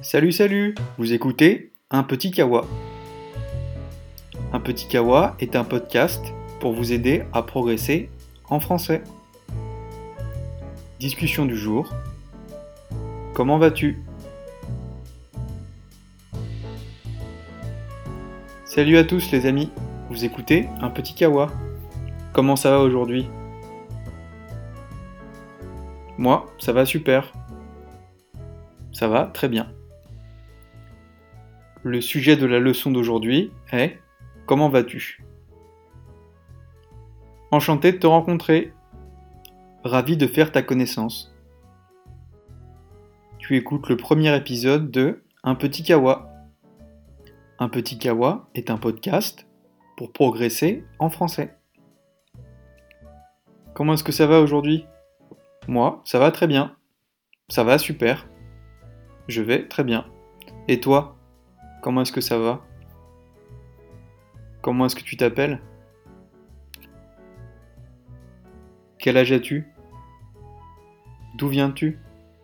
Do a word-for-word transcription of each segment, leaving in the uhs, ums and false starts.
Salut, salut! Vous écoutez Un Petit Kawa. Un Petit Kawa est un podcast pour vous aider à progresser en français. Discussion du jour. Comment vas-tu? Salut à tous les amis, vous écoutez Un Petit Kawa. Comment ça va aujourd'hui? Moi, ça va super. Ça va très bien. Le sujet de la leçon d'aujourd'hui est « Comment vas-tu ?» Enchanté de te rencontrer. Ravi de faire ta connaissance. Tu écoutes le premier épisode de Un Petit Kawa. Un Petit Kawa est un podcast pour progresser en français. Comment est-ce que ça va aujourd'hui? Moi, ça va très bien. Ça va super. Je vais très bien. Et toi, comment est-ce que ça va? Comment est-ce que tu t'appelles? Quel âge as-tu? D'où viens-tu?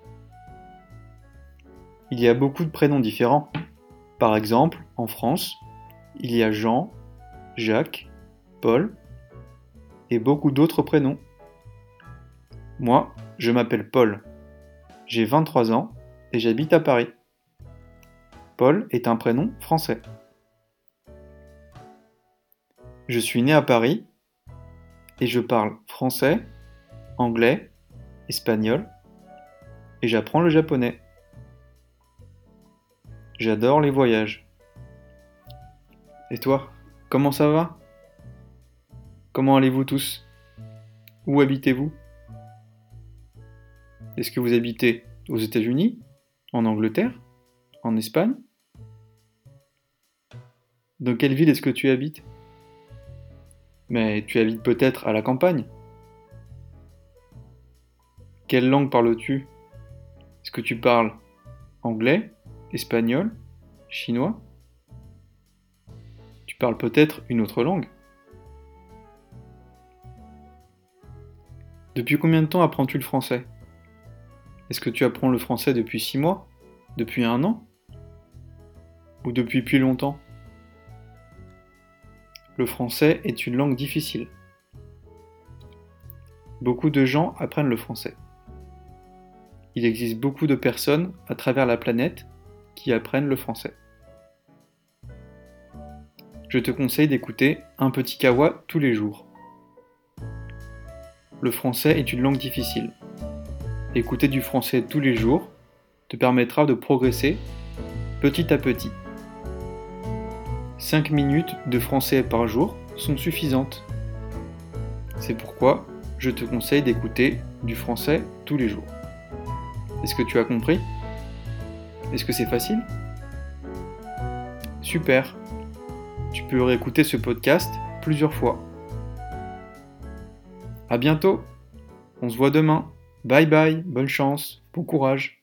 Il y a beaucoup de prénoms différents. Par exemple, en France, il y a Jean, Jacques, Paul et beaucoup d'autres prénoms. Moi, je m'appelle Paul. J'ai vingt-trois ans et j'habite à Paris. Paul est un prénom français. Je suis né à Paris et je parle français, anglais, espagnol et j'apprends le japonais. J'adore les voyages. Et toi, comment ça va? Comment allez-vous tous? Où habitez-vous? Est-ce que vous habitez aux États-Unis, en Angleterre, en Espagne? Dans quelle ville est-ce que tu habites? Mais tu habites peut-être à la campagne. Quelle langue parles-tu? Est-ce que tu parles anglais, espagnol, chinois? Tu parles peut-être une autre langue. Depuis combien de temps apprends-tu le français? Est-ce que tu apprends le français depuis six mois? Depuis un an? Ou depuis plus longtemps? Le français est une langue difficile. Beaucoup de gens apprennent le français. Il existe beaucoup de personnes à travers la planète qui apprennent le français. Je te conseille d'écouter Un Petit Kawa tous les jours. Le français est une langue difficile. Écouter du français tous les jours te permettra de progresser petit à petit. cinq minutes de français par jour sont suffisantes. C'est pourquoi je te conseille d'écouter du français tous les jours. Est-ce que tu as compris? Est-ce que c'est facile? Super! Tu peux réécouter ce podcast plusieurs fois. À bientôt! On se voit demain. Bye bye, bonne chance, bon courage.